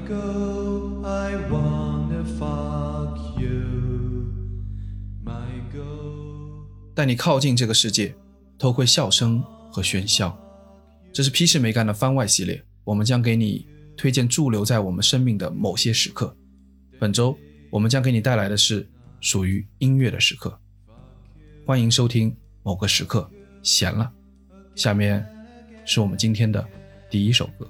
go, I wanna fuck you. My go. 带你靠近这个世界，偷窥笑声和喧嚣。这是P氏没干的番外系列，我们将给你推荐驻留在我们生命的某些时刻。本周我们将给你带来的是属于音乐的时刻。欢迎收听某个时刻闲了。下面是我们今天的第一首歌。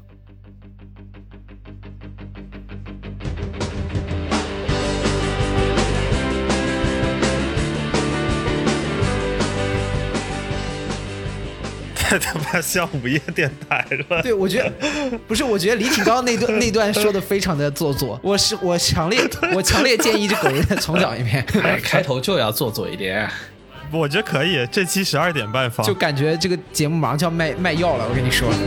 太他妈像午夜电台了。 对，我觉得不是，我觉得李挺刚那段说的非常的做作，我强烈建议这狗人再重讲一遍。 开头就要做作一点。 我觉得可以，这期12点半放， 就感觉这个节目马上就要卖药了，我跟你说。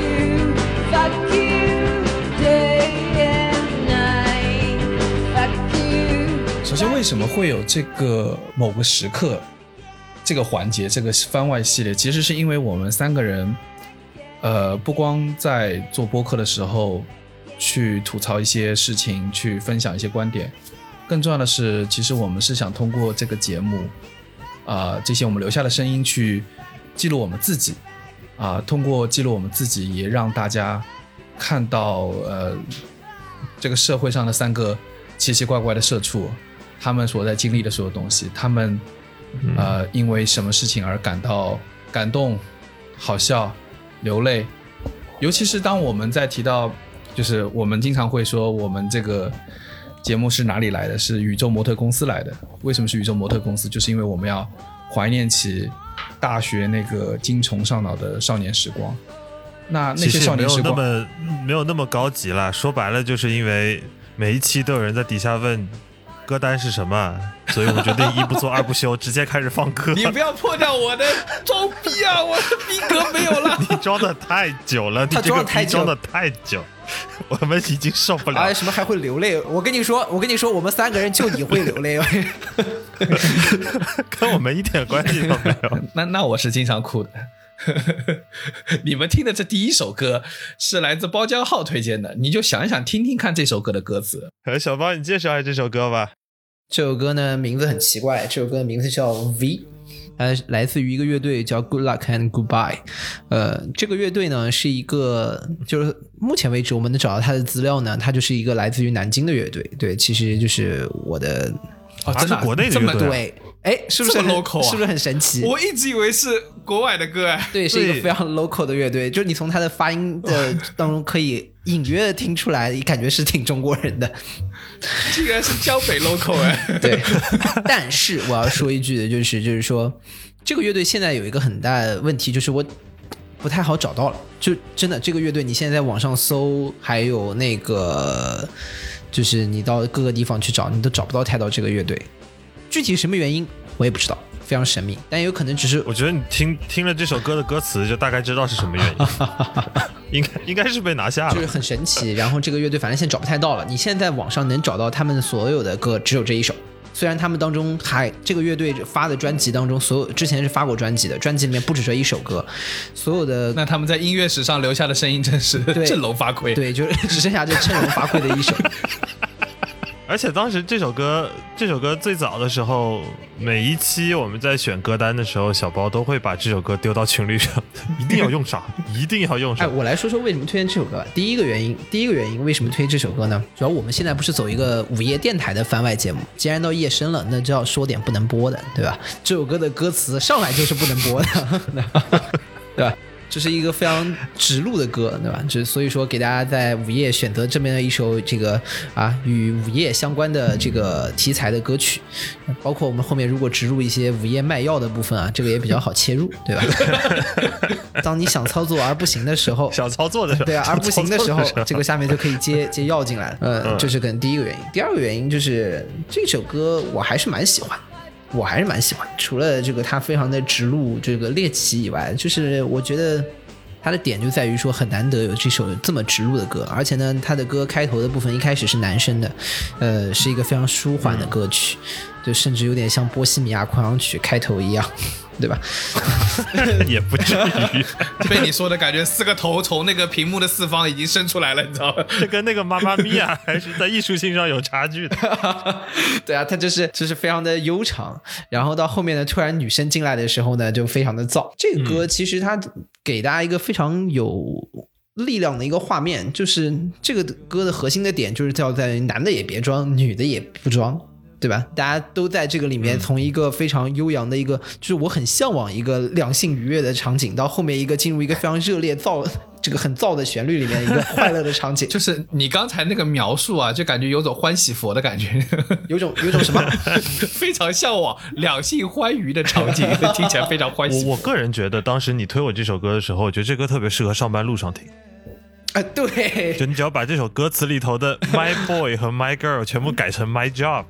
首先，为什么会有这个某个时刻这个环节，这个番外系列，其实是因为我们三个人不光在做播客的时候去吐槽一些事情，去分享一些观点，更重要的是其实我们是想通过这个节目这些我们留下的声音去记录我们自己通过记录我们自己也让大家看到这个社会上的三个奇奇怪怪的社畜，他们所在经历的所有东西，他们因为什么事情而感到感动、好笑、流泪。尤其是当我们在提到，就是我们经常会说我们这个节目是哪里来的，是宇宙模特公司来的。为什么是宇宙模特公司？就是因为我们要怀念起大学那个精虫上脑的少年时光。那些少年时光没有那么高级啦，说白了就是因为每一期都有人在底下问歌单是什么，所以我决定一不做二不休，直接开始放歌。 你不要破掉我的装逼啊！我的逼格没有了。 你装的太久了，你这个逼装的太久，我们已经受不了。 什么还会流泪？我跟你说，我们三个人就你会流泪， 跟我们一点关系都没有。 那我是经常哭的。你们听的这第一首歌是来自包浆浩推荐的，你就想一想听听看这首歌的歌词。 小包，你介绍一下这首歌吧。 这首歌呢名字很奇怪，这首歌的名字叫 V， 它来自于一个乐队叫 Good Luck and Goodbye。这个乐队呢是一个，就是目前为止我们能找到它的资料呢，它就是一个来自于南京的乐队。对，其实就是我的真的国内的乐队。 对。是不是很 local 是不是很神奇？ 我一直以为是国外的歌。 对，是一个非常 local 的乐队，就是你从它的发音的当中可以隐约的听出来，感觉是挺中国人的。 竟然是江北 local 对，但是我要说一句的就是说，这个乐队现在有一个很大的问题，就是我不太好找到了。就真的这个乐队，你现在在网上搜，还有那个就是你到各个地方去找，你都找不到太到这个乐队。具体什么原因我也不知道，非常神秘，但有可能只是我觉得你听了这首歌的歌词就大概知道是什么原因。应该是被拿下了， 就是很神奇。然后这个乐队反正现在找不太到了，你现在在网上能找到他们所有的歌只有这一首。虽然他们当中这个乐队发的专辑当中，所有之前是发过专辑的，专辑里面不止这一首歌，所有的那他们在音乐史上留下的声音真是振聋发聩。 对，就是只剩下这振聋发聩的一首。 而且当时这首歌最早的时候，每一期我们在选歌单的时候，小包都会把这首歌丢到群里上，一定要用上，一定要用上。 我来说说为什么推荐这首歌吧。第一个原因为什么推这首歌呢？主要我们现在不是走一个午夜电台的番外节目，既然到夜深了，那就要说点不能播的，对吧？这首歌的歌词上来就是不能播的，对吧？这是一个非常直路的歌，对吧？所以说给大家在午夜选择这边的一首这个与午夜相关的这个题材的歌曲，包括我们后面如果植入一些午夜卖药的部分这个也比较好切入，对吧？当你想操作而不行的时候， 想操作的时候， 对而不行的时候，这个下面就可以接药进来了。这是可能第一个原因。第二个原因就是这首歌我还是蛮喜欢。除了这个它非常的直路这个猎奇以外，就是我觉得它的点就在于说很难得有这首这么直路的歌，而且呢它的歌开头的部分一开始是男生的，是一个非常舒缓的歌曲，就甚至有点像波西米亚狂想曲开头一样。 对吧？ 也不至于。 被你说的感觉4个头从那个屏幕的四方已经伸出来了，你知道吗？ 这跟那个妈妈咪呀还是在艺术性上有差距的。 对啊，它就是非常的悠长，然后到后面呢，突然女生进来的时候呢，就非常的燥。这个歌其实它给大家一个非常有力量的一个画面，就是这个歌的核心的点就是叫在男的也别装，女的也不装。对吧？大家都在这个里面，从一个非常悠扬的一个，就是我很向往一个两性愉悦的场景，到后面一个进入一个非常热烈这个很燥的旋律里面一个快乐的场景。 就是你刚才那个描述啊，就感觉有种欢喜佛的感觉， 有种什么？ 非常向往两性欢愉的场景，听起来非常欢喜。 我个人觉得，当时你推我这首歌的时候，我觉得这歌特别适合上班路上听。 对， 就你只要把这首歌词里头的 My Boy 和 My Girl 全部改成 My Job，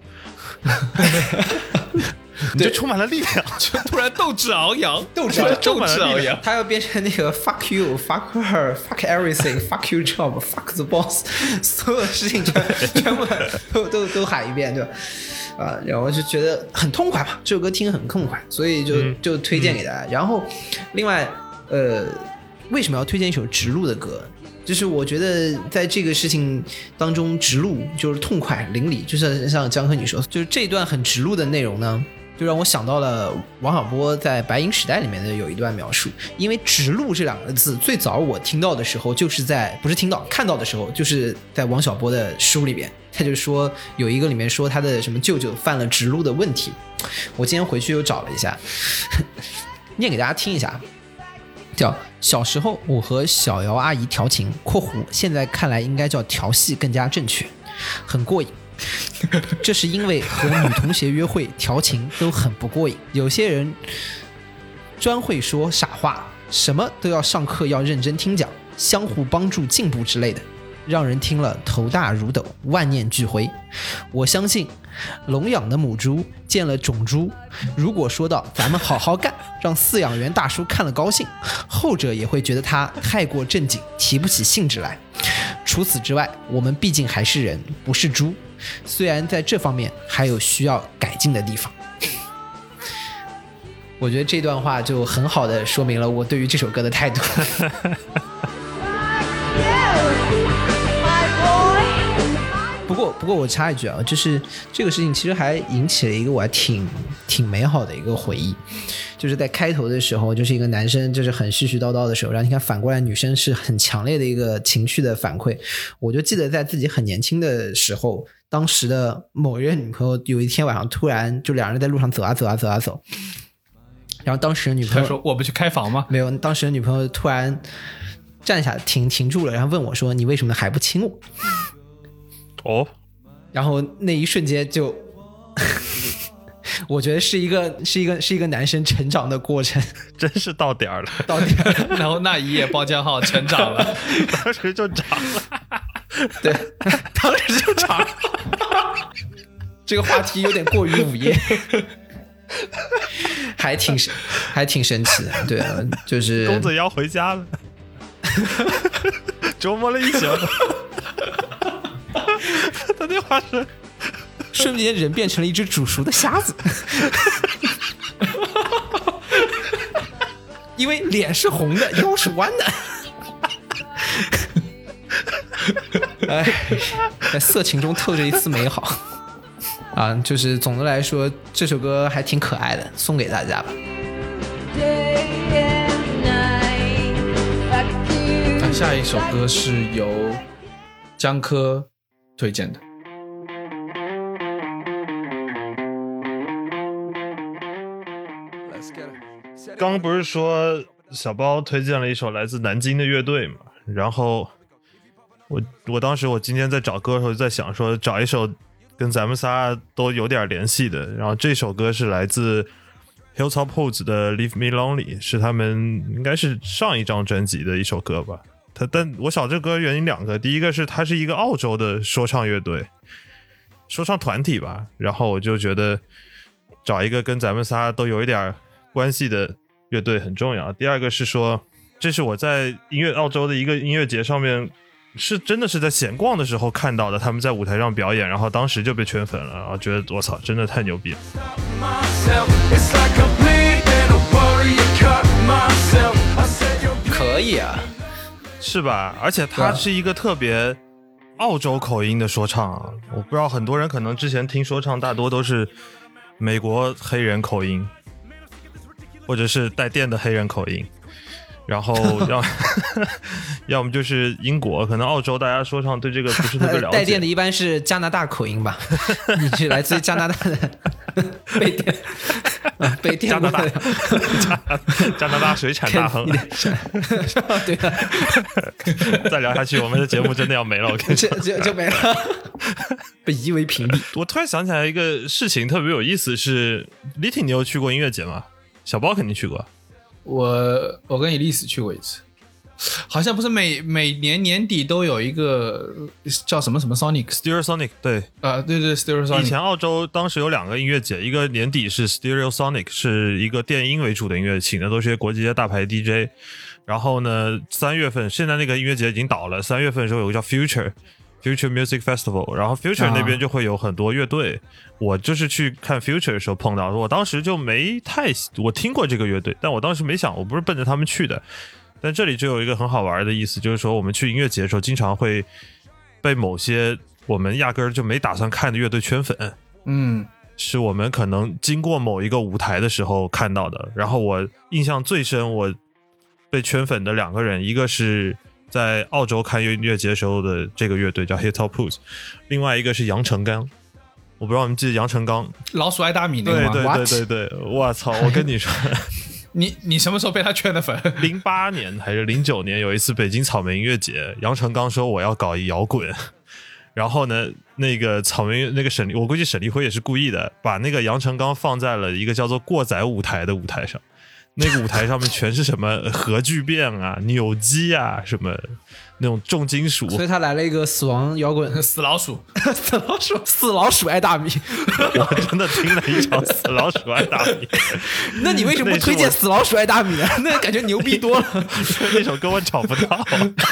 你就充满了力量， 就突然斗志昂扬， 斗志昂扬。 他要变成那个 fuck you fuck her fuck everything fuck your job fuck the boss， 所有的事情全部都喊一遍，对吧？然后就觉得很痛快嘛，这首歌听很痛快，所以就推荐给大家。然后另外为什么要推荐一首直路的歌？就是我觉得在这个事情当中，直路就是痛快淋漓，就是像江科你说，就是这段很直路的内容呢，就让我想到了王小波在《白银时代》里面的有一段描述。因为直路这2个字，最早我听到的时候，就是不是听到看到的时候，就是在王小波的书里边，他就说有一个里面说他的什么舅舅犯了直路的问题。我今天回去又找了一下，念给大家听一下。叫小时候我和小姚阿姨调情（括弧现在看来应该叫调戏更加正确），很过瘾。这是因为和女同学约会调情都很不过瘾，有些人专会说傻话，什么都要上课要认真听讲，相互帮助进步之类的，让人听了头大如斗，万念俱灰。我相信笼养的母猪见了种猪，如果说到咱们好好干，让饲养员大叔看了高兴，后者也会觉得他太过正经，提不起兴致来。除此之外，我们毕竟还是人，不是猪，虽然在这方面还有需要改进的地方。我觉得这段话就很好的说明了我对于这首歌的态度。不过我插一句啊，就是这个事情其实还引起了一个我还挺美好的一个回忆，就是在开头的时候，就是一个男生就是很絮絮叨叨的时候，然后你看反过来女生是很强烈的一个情绪的反馈。我就记得在自己很年轻的时候，当时的某一任女朋友有一天晚上突然就两人在路上走啊，然后当时的女朋友他说我不去开房吗？ 没有，当时的女朋友突然站下停住了，然后问我说你为什么还不亲我？ 哦， 然后那一瞬间就我觉得是一个男生成长的过程， 真是到点儿了， 到点儿了。 然后那一夜包浆号成长了， 当时就长了， 对，当时就长了。这个话题有点过于午夜，还挺神奇的。对啊，就是公子要回家了，琢磨了一宿。他那话是瞬间人变成了一只煮熟的虾子，因为脸是红的，腰是弯的。哎，在色情中透着一丝美好啊！就是总的来说，这首歌还挺可爱的，送给大家吧。 那下一首歌是由江科推荐的。 刚刚不是说小包推荐了一首来自南京的乐队嘛？然后我当时我今天在找歌的时候就在想说找一首跟咱们仨都有点联系的，然后这首歌是来自 Hilltop Hoods 的 Leave Me Lonely， 是他们应该是上一张专辑的一首歌吧。但我找这歌原因两个，第一个是它是一个澳洲的说唱乐队，说唱团体吧，然后我就觉得找一个跟咱们仨都有一点关系的乐队很重要。第二个是说，这是我在澳洲的一个音乐节上面是真的是在闲逛的时候看到的，他们在舞台上表演，然后当时就被圈粉了，然后觉得我操，真的太牛逼了。 可以啊， 是吧？而且他是一个特别澳洲口音的说唱啊，我不知道很多人可能之前听说唱大多都是美国黑人口音，或者是带电的黑人口音，然后要么就是英国，可能澳洲大家说唱对这个不是特别了解。 带电的一般是加拿大口音吧？你是来自于加拿大的被电被电加拿大加拿大水产大亨。 对啊， 再聊下去，我们的节目真的要没了。我跟你说， 就没了，被夷为平地。 我突然想起来一个事情特别有意思，是李挺，你有去过音乐节吗？小包肯定去过。 我跟Elise去过一次，好像不是每年年底都有一个叫什么什么 Stereosonic 对， 对 Stereosonic。 以前澳洲当时有2个音乐节，一个年底是 Stereosonic， 是一个电音为主的音乐，请的都是些国际大牌 DJ。然后呢，3月份现在那个音乐节已经倒了，3月份的时候有个叫 Future Music Festival， 然后 Future 那边就会有很多乐队。我就是去看 Future 的时候碰到，我当时就我听过这个乐队，但我当时没想，我不是奔着他们去的。但这里就有一个很好玩的意思，就是说我们去音乐节的时候，经常会被某些我们压根儿就没打算看的乐队圈粉。是我们可能经过某一个舞台的时候看到的。然后我印象最深，我被圈粉的2个人，一个是在澳洲看音乐节时候的这个乐队叫 Hip Hop Pools， 另外一个是杨成刚。我不知道你们记得杨成刚， 老鼠爱大米那个吗？ 对，我操！我跟你说， 你什么时候被他圈的粉 ？08年还是09年有一次北京草莓音乐节，杨成刚说我要搞一摇滚，然后呢，那个草莓那个我估计沈立辉也是故意的，把那个杨成刚放在了一个叫做过载舞台的舞台上。那个舞台上面全是什么核聚变啊、扭机啊，什么那种重金属， 所以他来了一个死亡摇滚， 死老鼠死老鼠爱大米。 我真的听了一场死老鼠爱大米。 那你为什么不推荐死老鼠爱大米呢？那感觉牛逼多了。 那首歌我找不到。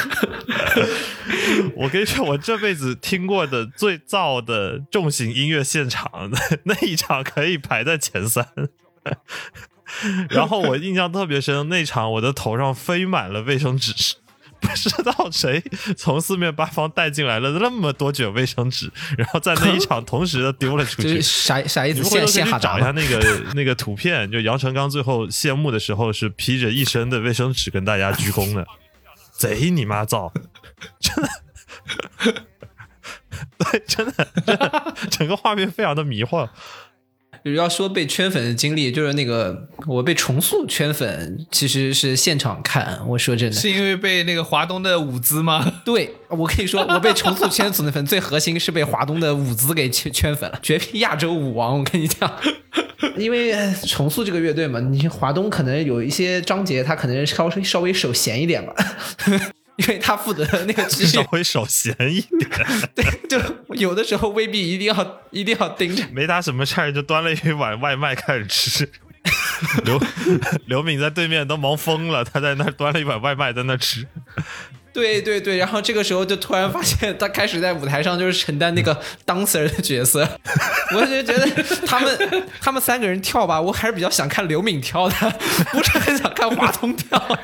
我跟你说，我这辈子听过的最燥的重型音乐现场，那一场可以排在前3。然后我印象特别深，那场我的头上飞满了卫生纸，不知道谁从4面8方带进来了那么多卷卫生纸，然后在那一场同时的丢了出去。 就是啥意思？现哈找一下那个图片，就杨成刚最后谢幕的时候是披着一身的卫生纸跟大家鞠躬的，贼你妈造，真的，对，真的，整个画面非常的迷幻。 要说被圈粉的经历，就是那个我被重塑圈粉，其实是现场看。我说真的， 是因为被那个华东的舞姿吗？ 对，我可以说我被重塑圈粉最核心是被华东的舞姿给圈粉了，绝逼亚洲舞王。我跟你讲，因为重塑这个乐队嘛，你华东可能有一些章节，他可能稍微手闲一点吧。因为他负责那个稍微手闲一点， 对，就有的时候未必一定要盯着， 没打什么事儿就端了一碗外卖开始吃。刘敏在对面都忙疯了，他在那端了一碗外卖在那吃。 对，然后这个时候就突然发现他开始在舞台上就是承担那个 dancer 的角色，我就觉得他们3个人跳吧，我还是比较想看刘敏跳的，不是很想看华东跳。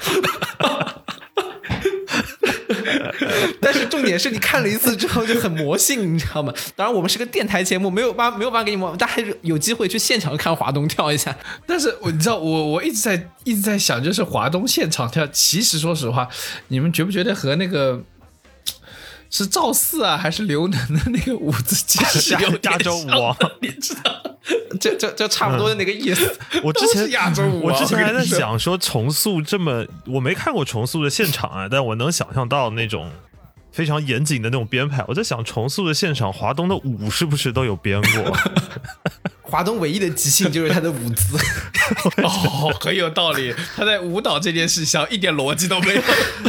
但是重点是你看了一次之后就很魔性，你知道吗？当然我们是个电台节目，没有办法给你们，但还是有机会去现场看华东跳一下。 但是你知道我一直在想，就是华东现场跳，其实说实话，你们觉不觉得和那个是赵四啊还是刘能的那个舞姿其实有亚洲舞王， 你知道？ 就差不多的那个意思。 我之前亚洲舞王， 我之前还在想说重塑这么，我没看过重塑的现场啊，但我能想象到那种非常严谨的那种编排。我在想重塑的现场，华东的舞是不是都有编过？ 华东唯一的即兴就是他的舞姿。 哦，很有道理。他在舞蹈这件事上一点逻辑都没有。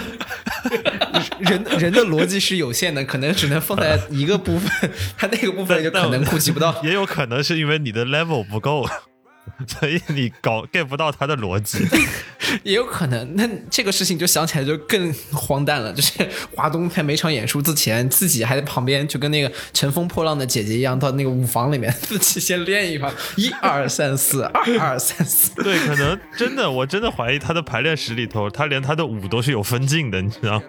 人的逻辑是有限的，可能只能放在一个部分，他那个部分就可能顾及不到。 也有可能是因为你的 level 不够。 所以你get 不到他的逻辑。 也有可能。那这个事情就想起来就更荒诞了，就是华东在每场演出之前，自己还在旁边就跟那个乘风破浪的姐姐一样，到那个舞房里面自己先练一盘1 2 3 4 2 2 3 4。 对，可能真的，我真的怀疑他的排练室里头，他连他的舞都是有分镜的，你知道吗？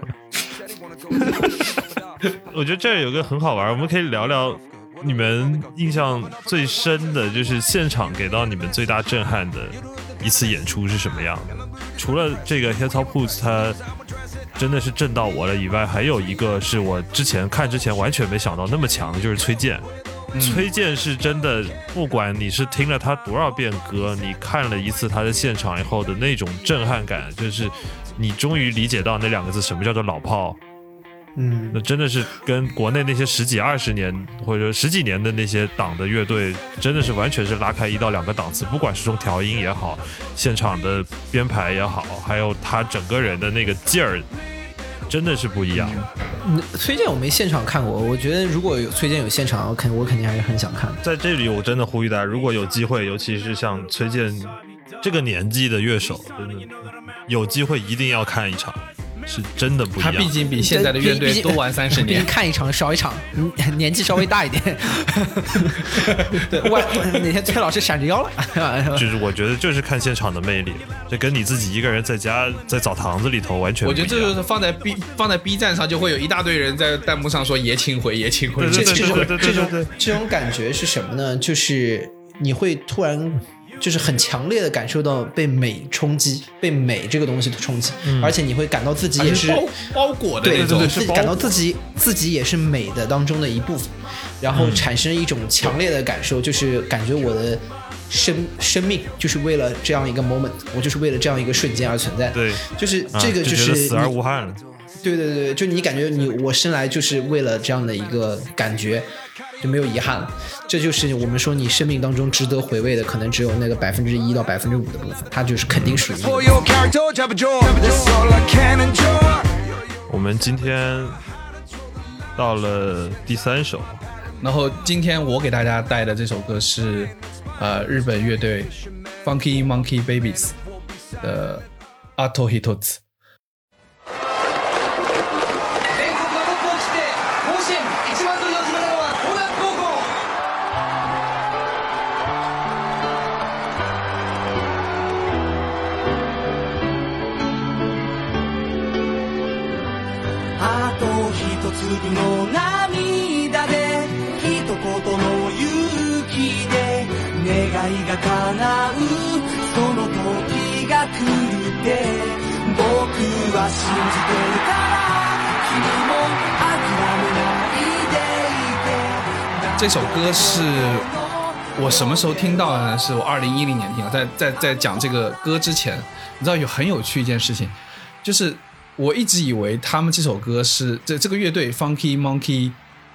我觉得这儿有个很好玩，我们可以聊聊你们印象最深的，就是现场给到你们最大震撼的一次演出是什么样的？除了这个 Hip Hop Hoods 它真的是震到我了以外，还有一个是我看之前完全没想到那么强的，就是崔健。崔健是真的，不管你是听了他多少遍歌，你看了一次他的现场以后的那种震撼感，就是你终于理解到那2个字什么叫做老炮。那真的是跟国内那些10几20年或者10几年的那些档的乐队，真的是完全是拉开1到2个档次，不管是从调音也好，现场的编排也好，还有他整个人的那个劲儿，真的是不一样。 崔健我没现场看过，我觉得如果有崔健有现场，我肯定还是很想看。 在这里我真的呼吁大家，如果有机会，尤其是像崔健这个年纪的乐手，真的有机会一定要看一场。是真的不一样， 他毕竟比现在的乐队多玩30年， 看一场少一场，年纪稍微大一点。对，哪天崔老师闪着腰了， 就是我觉得就是看现场的魅力，这跟你自己一个人在家在澡堂子里头完全不一样。 我觉得这就是放在 B 站上，就会有一大堆人在弹幕上说爷青回爷青回。 这种感觉是什么呢？就是你会突然。就是很强烈的感受到被美冲击，被美这个东西的冲击，而且你会感到自己也是包裹的那种， 对，感到自己也是美的当中的一部分，然后产生一种强烈的感受，就是感觉我的生命就是为了这样一个 moment， 我就是为了这样一个瞬间而存在。 对， 就是这个就是死而无憾了。 对，就你感觉我生来就是为了这样的一个感觉。就没有遗憾了，这就是我们说你生命当中值得回味的，可能只有那个1%到5%的部分，它就是肯定属于你。 我们今天到了第3首， 然后今天我给大家带的这首歌是日本乐队 Funky Monkey Babies 的 Ato Hitotsu。 の涙で一言の勇気で願いが叶うその時が来るって僕は信じてるから君も諦めないでいて。 这首歌是我什么时候听到的呢？是我2010年听的。在讲这个歌之前，你知道很有趣一件事情，就是我一直以为他们这首歌是这个乐队 Funky Monkey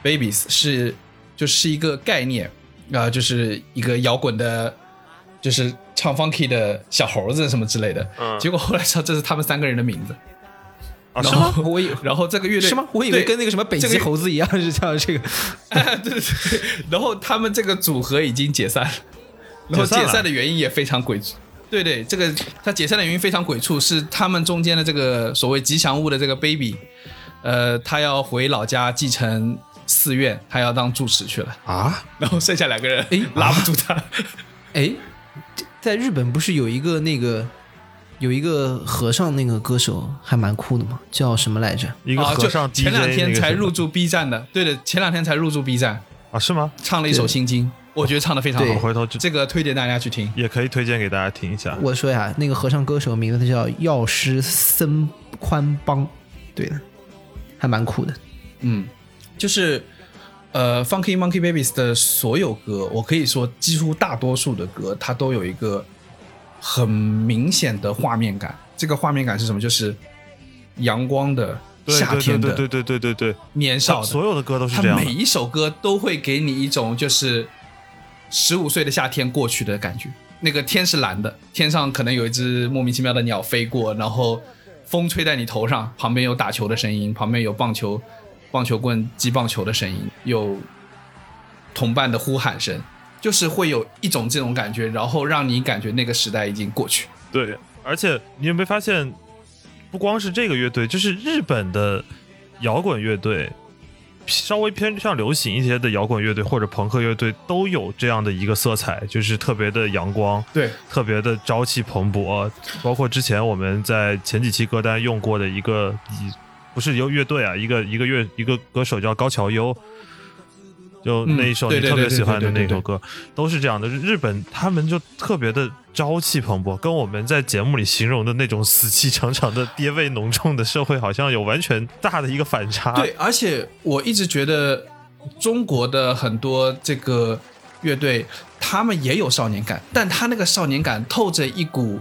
Babies 就是一个概念就是一个摇滚的，就是唱 Funky 的小猴子什么之类的。结果后来知道这是他们3个人的名字。 是吗？ 然后这个乐队是吗？我以为跟那个什么北极猴子一样是叫这个。 对。然后他们这个组合已经解散了，然后解散的原因也非常诡异。对，这个他解散的原因非常鬼畜，是他们中间的这个所谓吉祥物的这个 baby， 他要回老家继承寺院，他要当住持去了啊，然后剩下2个人拉不住他。 在日本不是有一个和尚那个歌手还蛮酷的吗？叫什么来着？ 一个和尚 DJ 前2天才入驻 B 站的，对的，前2天才入驻 B 站啊？是吗？ 唱了一首心经。我觉得唱得非常好， 回头这个推荐大家去听， 也可以推荐给大家听一下。 我说呀，那个和尚歌手名字叫药师森宽邦，对的，还蛮酷的。 就是Funky Monkey Babies 的所有歌，我可以说几乎大多数的歌，它都有一个很明显的画面感。这个画面感是什么？就是阳光的。夏天的， 对， 年少的， 所有的歌都是这样的。 他每一首歌都会给你一种就是15岁的夏天过去的感觉。那个天是蓝的，天上可能有一只莫名其妙的鸟飞过，然后风吹在你头上，旁边有打球的声音，旁边有棒球棍击棒球的声音，有同伴的呼喊声， 就是会有一种这种感觉，然后让你感觉那个时代已经过去。 对，而且你有没有发现，不光是这个乐队，就是日本的摇滚乐队，稍微偏向流行一些的摇滚乐队或者朋克乐队都有这样的一个色彩，就是特别的阳光， 对， 特别的朝气蓬勃。包括之前我们在前几期歌单用过的一个，不是乐队啊，一个歌手叫高桥优。就那一首你特别喜欢的那首歌，都是这样的。日本他们就特别的朝气蓬勃，跟我们在节目里形容的那种死气沉沉的爹味浓重的社会好像有完全大的一个反差。 对，而且我一直觉得中国的很多这个乐队，他们也有少年感，但他那个少年感透着一股，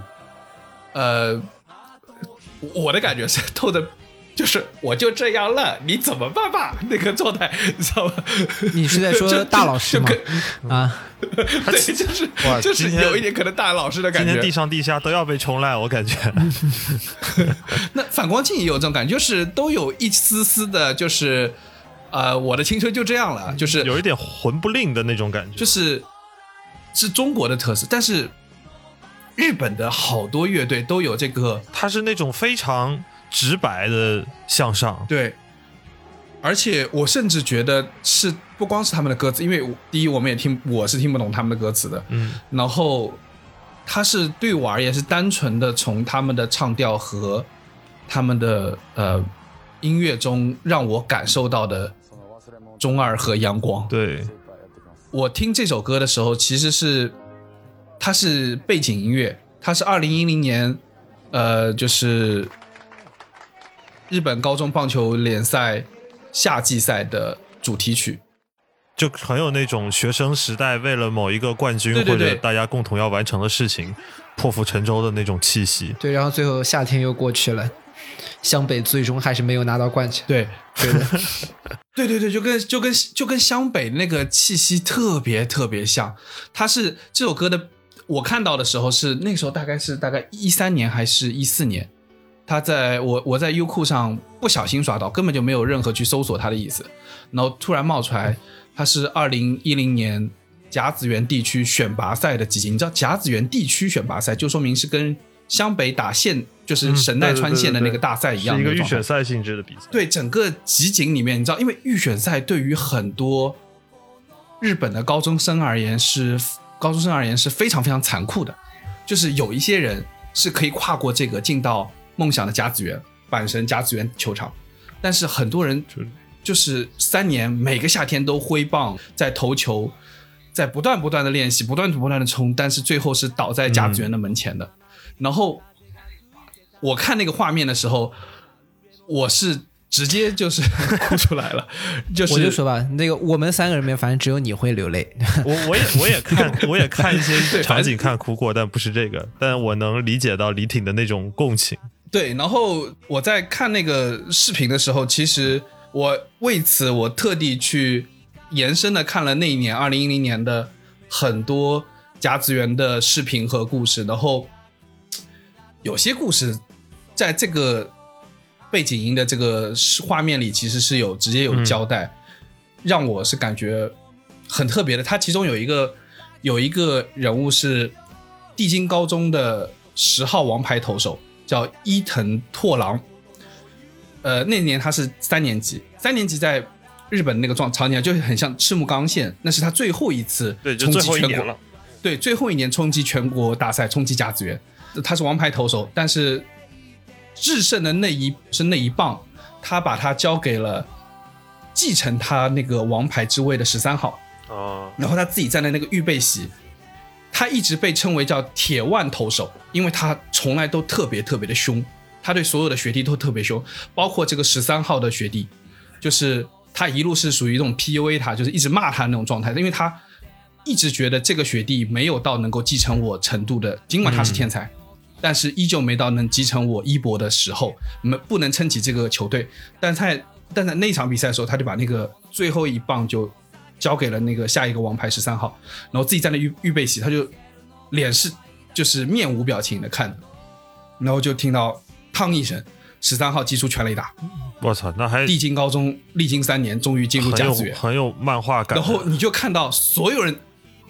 我的感觉是透着。就是我就这样了，你怎么办吧？那个状态，你知道吗？ 你是在说大老师吗？啊， 对，就是有一点可能大老师的感觉。 今天地上地下都要被冲烂，我感觉。 那反光镜也有这种感觉，就是都有一丝丝的，就是我的青春就这样了，就是有一点魂不吝的那种感觉， 就是中国的特色，但是日本的好多乐队都有这个， 它是那种非常直白的向上。 对，而且我甚至觉得是不光是他们的歌词，因为第一我是听不懂他们的歌词的，然后它是对我而言是单纯的从他们的唱调和他们的音乐中让我感受到的中二和阳光。 对， 我听这首歌的时候，其实它是背景音乐，它是2010年就是日本高中棒球联赛夏季赛的主题曲， 就很有那种学生时代为了某一个冠军， 对对对， 或者大家共同要完成的事情破釜沉舟的那种气息。 对，然后最后夏天又过去了，湘北最终还是没有拿到冠军。 对对的对对对，就跟湘北那个气息特别特别像。它是这首歌的，我看到的时候是那时候大概13年还是14年，他在我在优酷上不小心刷到，根本就没有任何去搜索他的意思，然后突然冒出来，他是2010年甲子园地区选拔赛的集锦。你知道甲子园地区选拔赛就说明是跟湘北打县，就是神奈川县的那个大赛一样， 是一个预选赛性质的比赛。 对，整个集锦里面，你知道，因为预选赛对于很多日本的高中生而言是非常非常残酷的，就是有一些人是可以跨过这个进到梦想的甲子园阪神甲子园球场，但是很多人就是3年每个夏天都挥棒在投球，在不断的练习，不断的冲，但是最后是倒在甲子园的门前的。然后我看那个画面的时候，我是直接就是哭出来了，就是我就说吧，那个我们3个人里面，反正只有你会流泪。 我也看一些场景看哭过，但不是这个，但我能理解到李挺的那种共情。 对，然后我在看那个视频的时候，其实我为此我特地去延伸的看了那一年2010年的很多甲子园的视频和故事，然后有些故事在这个背景音的这个画面里其实是直接有交代，让我是感觉很特别的。他其中有一个人物是帝京高中的10号王牌投手，叫伊藤拓郎。那年他是3年级在日本那个场景就很像赤木刚宪，那是他最后一次冲击全国了。对，最后一年冲击全国大赛，冲击甲子园，他是王牌投手，但是制胜的那一棒，他把他交给了继承他那个王牌之位的13号。然后他自己站在那个预备席，他一直被称为叫铁腕投手，因为他从来都特别特别的凶，他对所有的学弟都特别凶，包括这个13号的学弟，就是他一路是属于一种 PUA 他，就是一直骂他那种状态，因为他一直觉得这个学弟没有到能够继承我程度的，尽管他是天才，但是依旧没到能继承我衣钵的时候，不能撑起这个球队。但在那场比赛的时候，他就把那个最后一棒就交给了那个下一个王牌13号，然后自己站在预备席，他就脸是就是面无表情的看着，然后就听到砰一声，13号击出全垒打。 我操，那还帝京高中历经3年终于进入甲子园， 很有漫画感。 然后你就看到所有人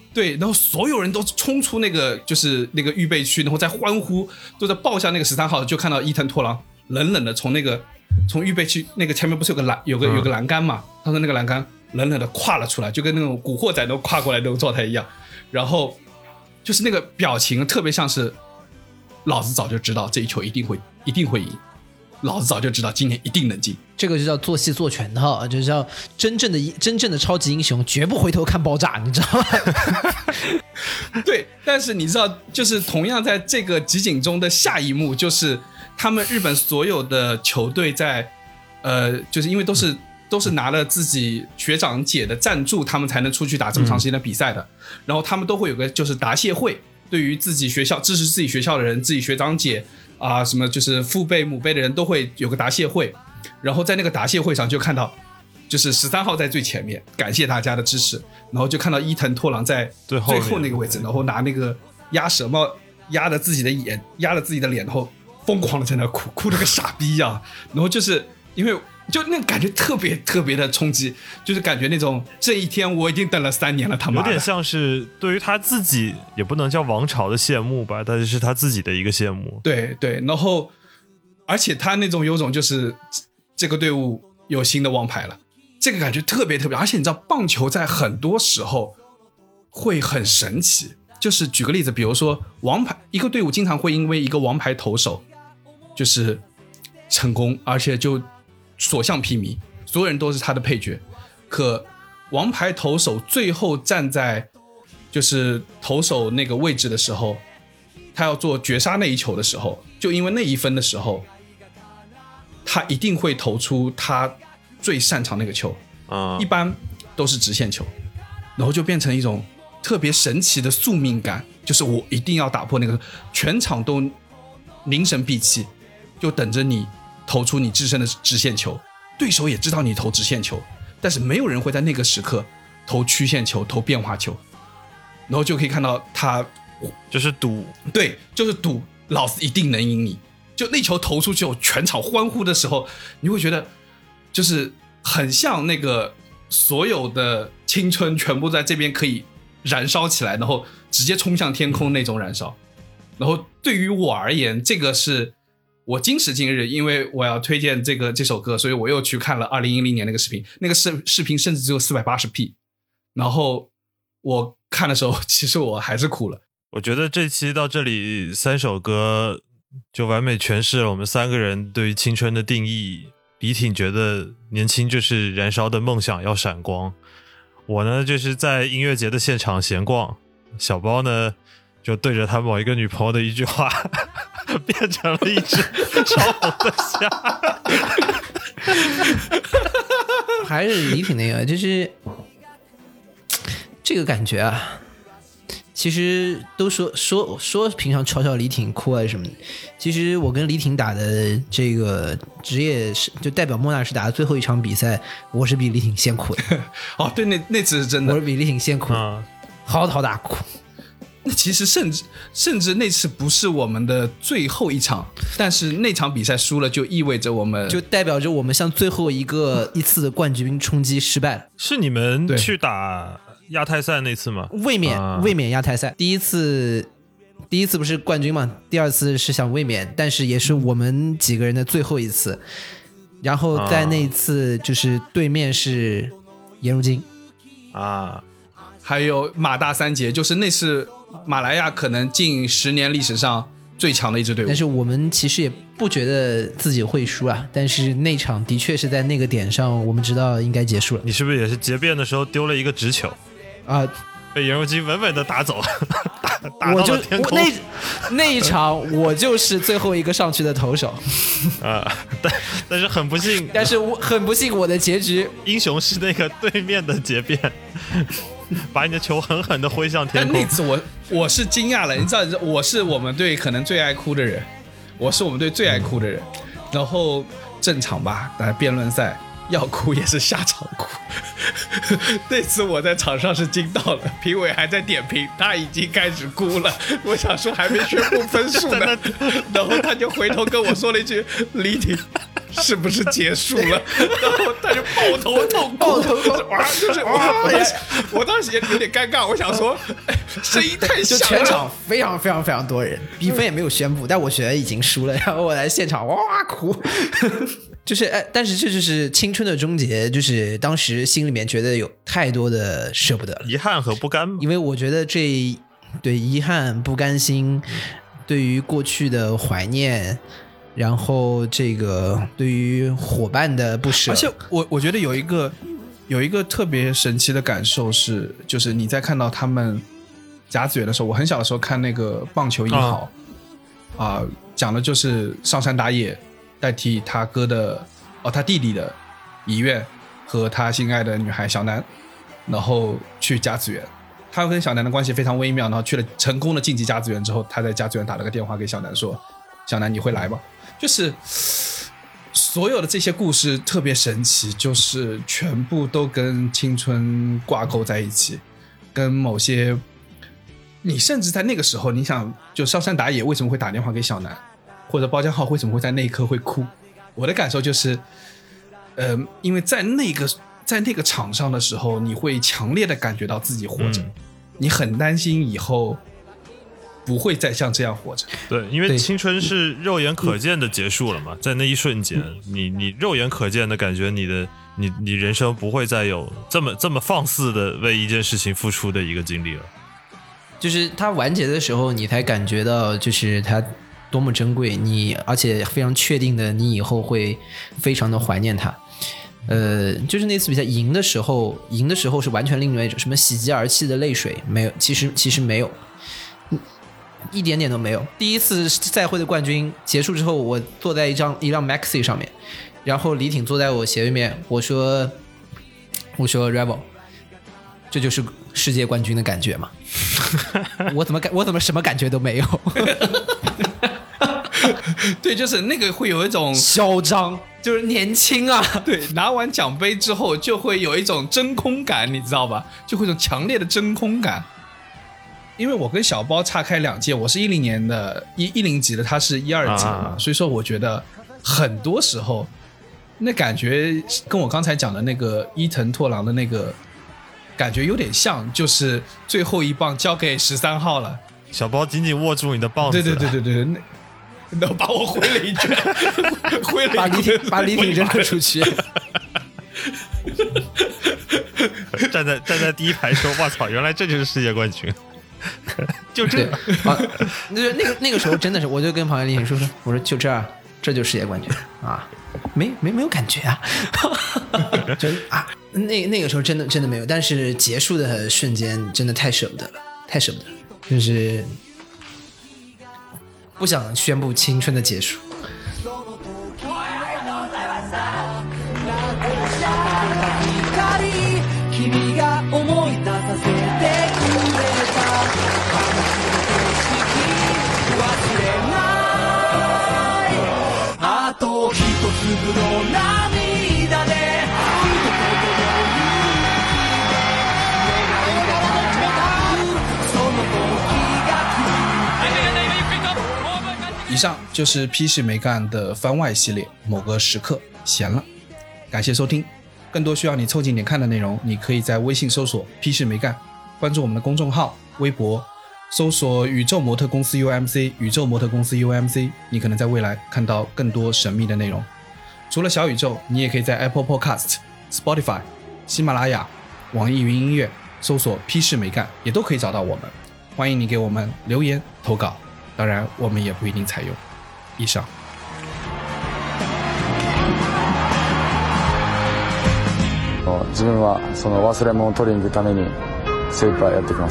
对，然后所有人都冲出那个就是那个预备区，然后在欢呼，都在抱向那个13号，就看到伊藤拓郎冷冷的从预备区那个前面不是有个栏杆嘛，他说那个栏杆冷冷的跨了出来，就跟那种古惑仔都跨过来那种状态一样，然后就是那个表情特别像是老子早就知道这一球一定会赢，老子早就知道今年一定能进。 这个就叫做戏做全套，就叫真正的超级英雄绝不回头看爆炸，你知道吗？ 对，但是你知道，就是同样在这个集锦中的下一幕，就是他们日本所有的球队在，就是因为都是拿了自己学长姐的赞助，他们才能出去打这么长时间的比赛的。然后他们都会有个就是答谢会，对于自己学校支持自己学校的人，自己学长姐啊，什么就是父辈母辈的人都会有个答谢会。然后在那个答谢会上就看到，就是13号在最前面，感谢大家的支持，然后就看到伊藤拓郎在最后那个位置，然后拿那个鸭舌帽压着自己的眼，压着自己的脸，然后疯狂的在那哭得个傻逼一样。然后就是因为就那感觉特别特别的冲击，就是感觉那种这一天我已经等了3年了，他妈的， 有点像是对于他自己也不能叫王朝的谢幕吧，但是他自己的一个谢幕。 对对，然后而且他那种有种就是这个队伍有新的王牌了，这个感觉特别特别。而且你知道棒球在很多时候会很神奇，就是举个例子，比如说王牌一个队伍经常会因为一个王牌投手就是成功，而且就所向披靡，所有人都是他的配角。可王牌投手最后站在就是投手那个位置的时候，他要做绝杀那一球的时候，就因为那一分的时候，他一定会投出他最擅长那个球，一般都是直线球，然后就变成一种特别神奇的宿命感，就是我一定要打破那个，全场都凝神闭气，就等着你投出你自身的直线球，对手也知道你投直线球，但是没有人会在那个时刻投曲线球、投变化球，然后就可以看到他就是赌， 对，就是赌，老子一定能赢你。就那球投出去后，全场欢呼的时候，你会觉得就是很像那个所有的青春全部在这边可以燃烧起来，然后直接冲向天空那种燃烧。然后对于我而言，这个是我今时今日，因为我要推荐这首歌，所以我又去看了2010年那个视频，那个视频甚至只有480p，然后我看的时候，其实我还是哭了。 我觉得这期到这里3首歌就完美诠释了我们3个人对于青春的定义。李挺觉得年轻就是燃烧的梦想要闪光，我呢就是在音乐节的现场闲逛，小包呢就对着他某一个女朋友的一句话变成了一只烧红的虾。 还是李挺那个，就是这个感觉啊。其实都说平常嘲笑李挺酷啊什么的，其实我跟李挺打的这个职业就代表莫纳什打的最后一场比赛，我是比李挺先哭的。 哦，对，那次是真的， 我是比李挺先哭，嚎啕大哭。 那其实甚至那次不是我们的最后一场，但是那场比赛输了，就意味着我们就代表着我们向最后一次的冠军冲击失败了。 是你们去打亚太赛那次吗？ 卫冕亚太赛，第一次不是冠军嘛，第二次是想卫冕，但是也是我们几个人的最后一次。然后在那一次就是对面是颜如晶啊， 还有马大三杰，就是那是马来亚可能近10年历史上最强的一支队伍。 但是我们其实也不觉得自己会输啊，但是那场的确是在那个点上，我们知道应该结束了。 你是不是也是结辩的时候丢了一个直球啊？ 被颜如晶稳稳的打走，打到了天空。 那一场我就是最后一个上去的投手啊，但是很不幸， 我的结局， 英雄是那个对面的结辩，把你的球狠狠的挥向天空。 但那次我是惊讶了，你知道，我是我们队可能最爱哭的人，然后正常吧，但辩论赛要哭也是下场哭。那次我在场上是惊到了，评委还在点评，他已经开始哭了。我想说还没宣布分数呢，然后他就回头跟我说了一句：“李挺， 是不是结束了？然后他就抱头痛哭，哇，就是我当时也有点尴尬，我想说，声音太就响了， 全场非常非常非常多人，比分也没有宣布，但我觉得已经输了，然后我来现场哇哭。就是但是这就是青春的终结，就是当时心里面觉得有太多的舍不得， 遗憾和不甘嘛。 因为我觉得对遗憾、不甘心，对于过去的怀念，然后这个对于伙伴的不舍， 而且我觉得有一个特别神奇的感受是，就是你在看到他们甲子园的时候，我很小的时候看那个棒球一好讲的就是上山打野代替他弟弟的遗愿和他心爱的女孩小南，然后去甲子园。他跟小南的关系非常微妙，然后去了成功的晋级甲子园之后，他在甲子园打了个电话给小南说：“小南，你会来吗？”就是所有的这些故事特别神奇，就是全部都跟青春挂钩在一起，跟某些你甚至在那个时候，你想就上山打野为什么会打电话给小南，或者包浆浩为什么会在那一刻会哭？我的感受就是，因为在那个场上的时候，你会强烈的感觉到自己活着，你很担心以后不会再像这样活着。 对，因为青春是肉眼可见的结束了嘛，在那一瞬间，你肉眼可见的感觉你人生不会再有这么放肆的为一件事情付出的一个经历了。 就是它完结的时候，你才感觉到就是它多么珍贵，而且非常确定的，你以后会非常的怀念它。就是那次比赛赢的时候是完全另外一种什么喜极而泣的泪水没有，其实没有，一点点都没有。第一次赛会的冠军结束之后，我坐在一辆 Maxi 上面，然后李挺坐在我斜对面，我说 Rebel， 这就是世界冠军的感觉嘛。我怎么什么感觉都没有。 对，就是那个会有一种嚣张，就是年轻啊。 对，拿完奖杯之后就会有一种真空感，你知道吧？就会有一种强烈的真空感。因为我跟小包岔开2届，我是10年的10级的，他是12级的嘛，所以说我觉得很多时候那感觉跟我刚才讲的那个伊藤拓郎的那个感觉有点像，就是最后一棒交给13号了， 小包紧紧握住你的棒子。 对，然后把我挥了一拳， 把李挺扔了出去。 站在第一排说：“哇操，原来这就是世界冠军。”就这啊，那个时候真的是，我就跟旁边李挺说，我说就这就是世界冠军啊，没有感觉啊，真啊，那个时候真的没有，但是结束的瞬间真的太舍不得了，就是不想宣布青春的结束。 君が思い出させてくれた忘れないあと一粒の涙で一言の勇気で願いが叶うその時が来る。 以上就是批示没干的番外系列某个时刻闲了，感谢收听。更多需要你凑近点看的内容，你可以在微信搜索批示没干，关注我们的公众号、微博，搜索宇宙模特公司 UMC， 宇宙模特公司 UMC， 你可能在未来看到更多神秘的内容。除了小宇宙，你也可以在 Apple Podcast、Spotify、喜马拉雅、网易云音乐搜索批示没干，也都可以找到我们。欢迎你给我们留言投稿，当然我们也不一定采用。以上。 自分はその忘れ物を取りに行くために精一杯やってきます。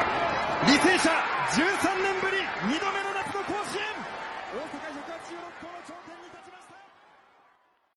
履正社13年ぶり2度目の夏の甲子園大阪186校